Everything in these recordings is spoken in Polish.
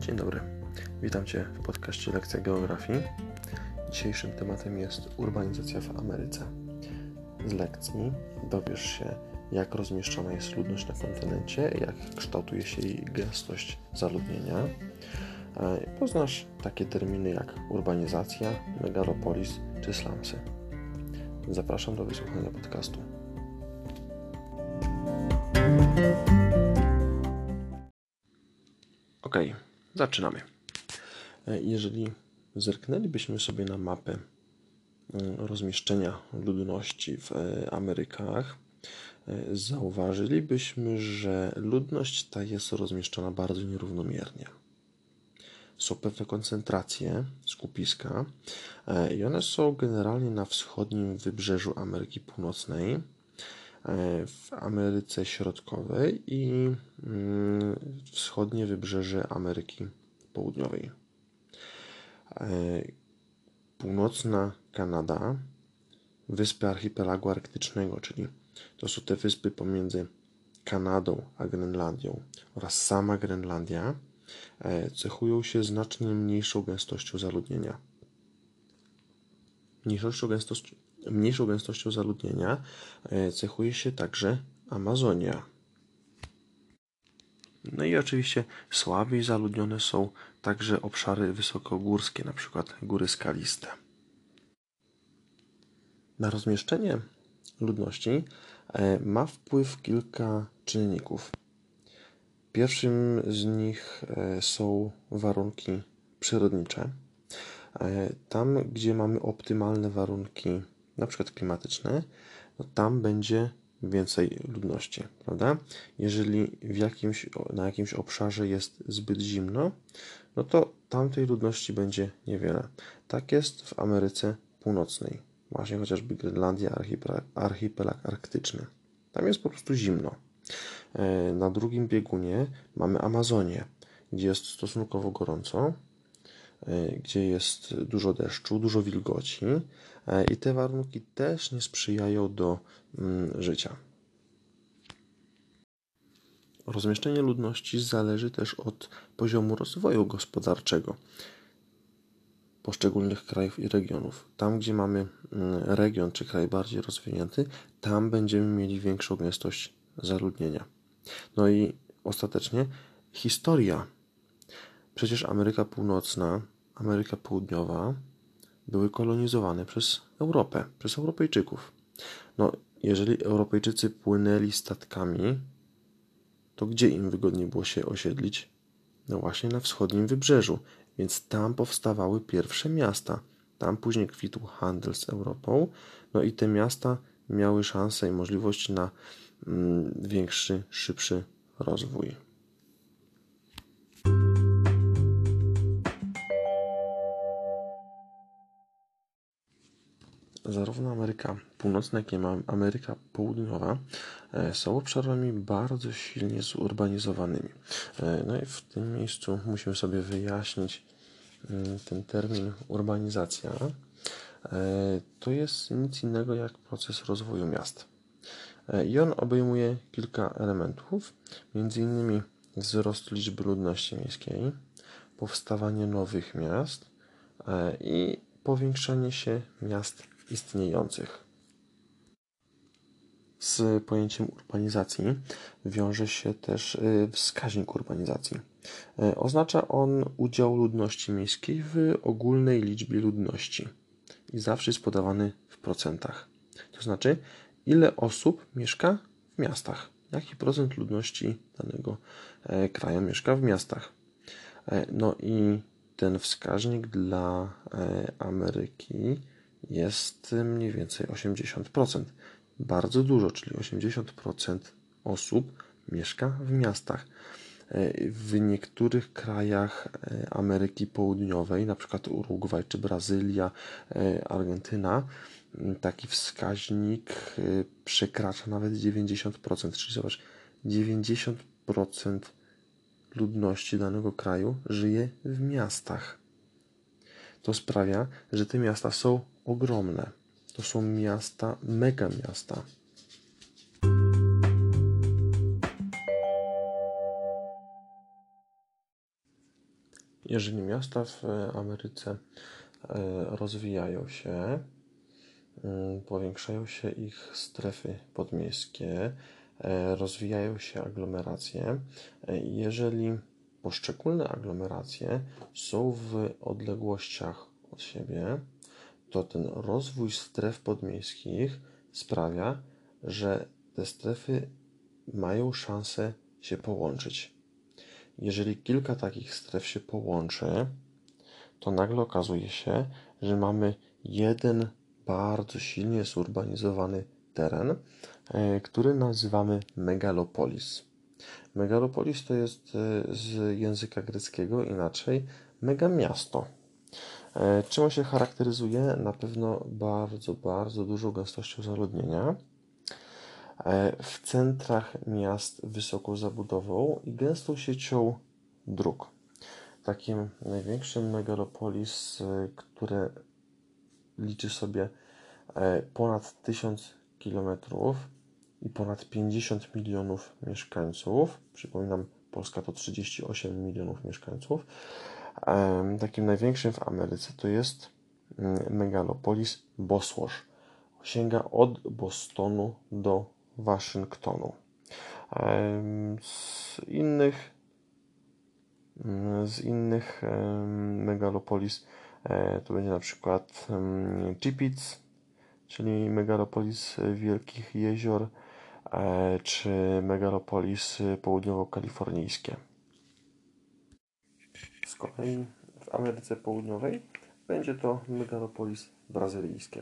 Dzień dobry, witam Cię w podcaście Lekcja Geografii. Dzisiejszym tematem jest urbanizacja w Ameryce. Z lekcji dowiesz się, jak rozmieszczona jest ludność na kontynencie, jak kształtuje się jej gęstość zaludnienia. Poznasz takie terminy jak urbanizacja, megalopolis czy slumsy. Zapraszam do wysłuchania podcastu. Ok, zaczynamy. Jeżeli zerknęlibyśmy sobie na mapę rozmieszczenia ludności w Amerykach, zauważylibyśmy, że ludność ta jest rozmieszczona bardzo nierównomiernie. Są pewne koncentracje, skupiska i one są generalnie na wschodnim wybrzeżu Ameryki Północnej, w Ameryce Środkowej i wschodnie wybrzeże Ameryki Południowej. Północna Kanada, wyspy archipelagu arktycznego, czyli to są te wyspy pomiędzy Kanadą a Grenlandią oraz sama Grenlandia, cechują się znacznie mniejszą gęstością zaludnienia. Mniejszą gęstością zaludnienia cechuje się także Amazonia. No i oczywiście słabiej zaludnione są także obszary wysokogórskie, np. góry skaliste. Na rozmieszczenie ludności ma wpływ kilka czynników. Pierwszym z nich są warunki przyrodnicze. Tam, gdzie mamy optymalne warunki, na przykład klimatyczne, no tam będzie więcej ludności, prawda? Jeżeli na jakimś obszarze jest zbyt zimno, no to tamtej ludności będzie niewiele. Tak jest w Ameryce Północnej, właśnie chociażby Grenlandia, archipelag arktyczny. Tam jest po prostu zimno. Na drugim biegunie mamy Amazonię, gdzie jest stosunkowo gorąco, gdzie jest dużo deszczu, dużo wilgoci i te warunki też nie sprzyjają do życia. Rozmieszczenie ludności zależy też od poziomu rozwoju gospodarczego poszczególnych krajów i regionów. Tam, gdzie mamy region czy kraj bardziej rozwinięty, tam będziemy mieli większą gęstość zaludnienia. No i ostatecznie historia. Przecież Ameryka Północna, Ameryka Południowa były kolonizowane przez Europę, przez Europejczyków. No, jeżeli Europejczycy płynęli statkami, to gdzie im wygodniej było się osiedlić? No właśnie na wschodnim wybrzeżu, więc tam powstawały pierwsze miasta. Tam później kwitł handel z Europą, no i te miasta miały szansę i możliwość na większy, szybszy rozwój. Zarówno Ameryka Północna, jak i Ameryka Południowa są obszarami bardzo silnie zurbanizowanymi. No i w tym miejscu musimy sobie wyjaśnić ten termin urbanizacja. To jest nic innego jak proces rozwoju miast. I on obejmuje kilka elementów, m.in. wzrost liczby ludności miejskiej, powstawanie nowych miast i powiększanie się miast istniejących. Z pojęciem urbanizacji wiąże się też wskaźnik urbanizacji. Oznacza on udział ludności miejskiej w ogólnej liczbie ludności i zawsze jest podawany w procentach. To znaczy, ile osób mieszka w miastach, jaki procent ludności danego kraju mieszka w miastach. No i ten wskaźnik dla Ameryki jest mniej więcej 80%. Bardzo dużo, czyli 80% osób mieszka w miastach. W niektórych krajach Ameryki Południowej, na przykład Urugwaj czy Brazylia, Argentyna, taki wskaźnik przekracza nawet 90%, czyli zobacz, 90% ludności danego kraju żyje w miastach. To sprawia, że te miasta są ogromne. To są miasta, mega miasta. Jeżeli miasta w Ameryce rozwijają się, powiększają się ich strefy podmiejskie, rozwijają się aglomeracje. Jeżeli poszczególne aglomeracje są w odległościach od siebie, to ten rozwój stref podmiejskich sprawia, że te strefy mają szansę się połączyć. Jeżeli kilka takich stref się połączy, to nagle okazuje się, że mamy jeden bardzo silnie zurbanizowany teren, który nazywamy megalopolis. Megalopolis to jest z języka greckiego inaczej megamiasto. Czym on się charakteryzuje? Na pewno bardzo, bardzo dużą gęstością zaludnienia. W centrach miast wysoką zabudową i gęstą siecią dróg. Takim największym megalopolis, które liczy sobie ponad 1000 km i ponad 50 milionów mieszkańców. Przypominam, Polska to 38 milionów mieszkańców. Takim największym w Ameryce to jest megalopolis Bosworth. Sięga od Bostonu do Waszyngtonu. Z innych megalopolis to będzie na przykład Tiflis, czyli megalopolis Wielkich Jezior, czy megalopolis południowo-kalifornijskie. Z kolei w Ameryce Południowej będzie to megalopolis brazylijskie.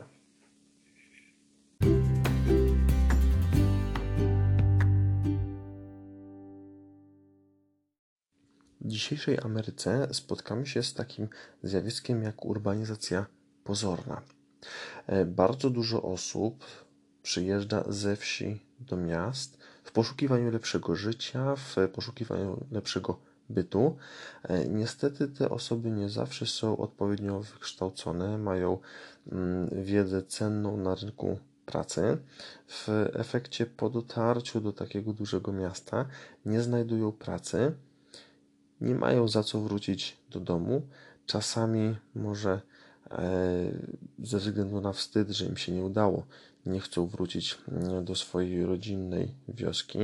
W dzisiejszej Ameryce spotkamy się z takim zjawiskiem jak urbanizacja pozorna. Bardzo dużo osób przyjeżdża ze wsi do miast w poszukiwaniu lepszego życia, w poszukiwaniu lepszego bytu. Niestety te osoby nie zawsze są odpowiednio wykształcone, mają wiedzę cenną na rynku pracy. W efekcie po dotarciu do takiego dużego miasta nie znajdują pracy, nie mają za co wrócić do domu. Czasami może ze względu na wstyd, że im się nie udało, nie chcą wrócić do swojej rodzinnej wioski.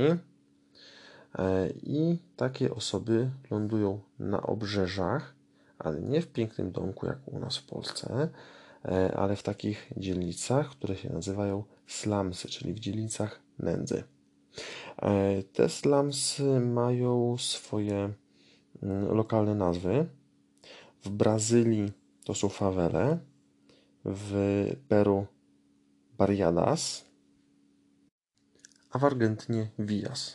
I takie osoby lądują na obrzeżach, ale nie w pięknym domku jak u nas w Polsce, ale w takich dzielnicach, które się nazywają slumsy, czyli w dzielnicach nędzy. Te slumsy mają swoje lokalne nazwy. W Brazylii to są fawele, w Peru barriadas, a w Argentynie villas.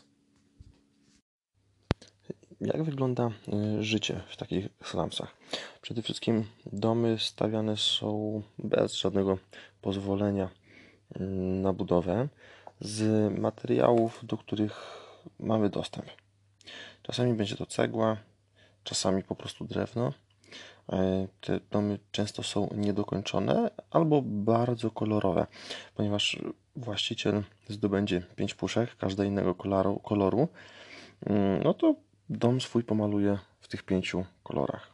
Jak wygląda życie w takich slumsach? Przede wszystkim domy stawiane są bez żadnego pozwolenia na budowę, z materiałów, do których mamy dostęp. Czasami będzie to cegła, czasami po prostu drewno. Te domy często są niedokończone albo bardzo kolorowe, ponieważ właściciel zdobędzie 5 puszek, każda innego koloru, no to dom swój pomaluje w tych 5 kolorach.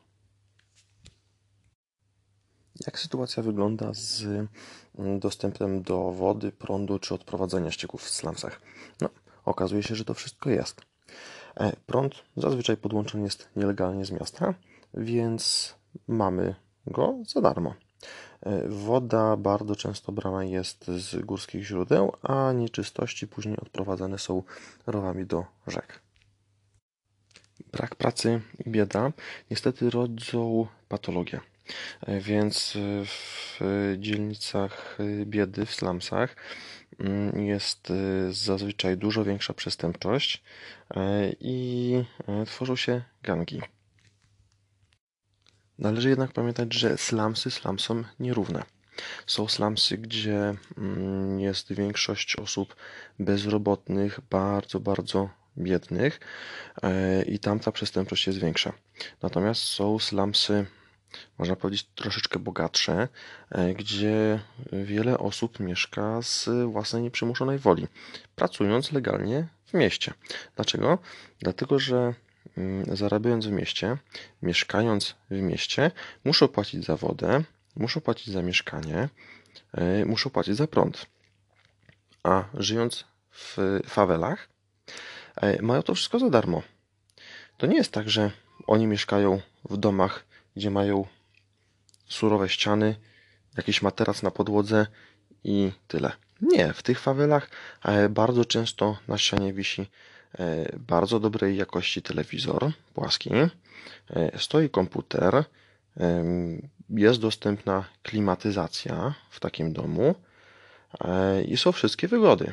Jak sytuacja wygląda z dostępem do wody, prądu czy odprowadzania ścieków w slumsach? No, okazuje się, że to wszystko jest. Prąd zazwyczaj podłączony jest nielegalnie z miasta, więc mamy go za darmo. Woda bardzo często brana jest z górskich źródeł, a nieczystości później odprowadzane są rowami do rzek. Brak pracy i bieda niestety rodzą patologię, więc w dzielnicach biedy, w slumsach jest zazwyczaj dużo większa przestępczość i tworzą się gangi. Należy jednak pamiętać, że slumsy slumsom nierówne. Są slumsy, gdzie jest większość osób bezrobotnych, bardzo, bardzo biednych i tam ta przestępczość jest większa. Natomiast są slumsy, można powiedzieć, troszeczkę bogatsze, gdzie wiele osób mieszka z własnej nieprzymuszonej woli, pracując legalnie w mieście. Dlaczego? Dlatego, że zarabiając w mieście, mieszkając w mieście, muszą płacić za wodę, muszą płacić za mieszkanie, muszą płacić za prąd. A żyjąc w fawelach, mają to wszystko za darmo. To nie jest tak, że oni mieszkają w domach, gdzie mają surowe ściany, jakiś materac na podłodze i tyle. Nie, w tych fawelach bardzo często na ścianie wisi bardzo dobrej jakości telewizor płaski, stoi komputer, jest dostępna klimatyzacja w takim domu i są wszystkie wygody.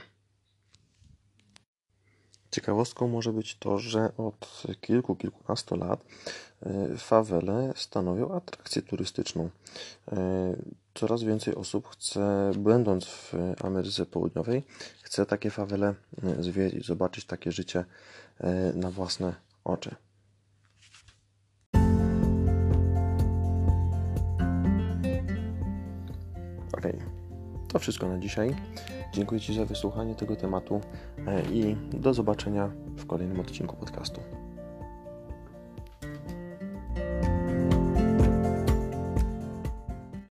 Ciekawostką może być to, że od kilkunastu lat fawele stanowią atrakcję turystyczną. Coraz więcej osób chce, będąc w Ameryce Południowej, chce takie fawele zwiedzić, zobaczyć takie życie na własne oczy. Okej, to wszystko na dzisiaj. Dziękuję Ci za wysłuchanie tego tematu i do zobaczenia w kolejnym odcinku podcastu.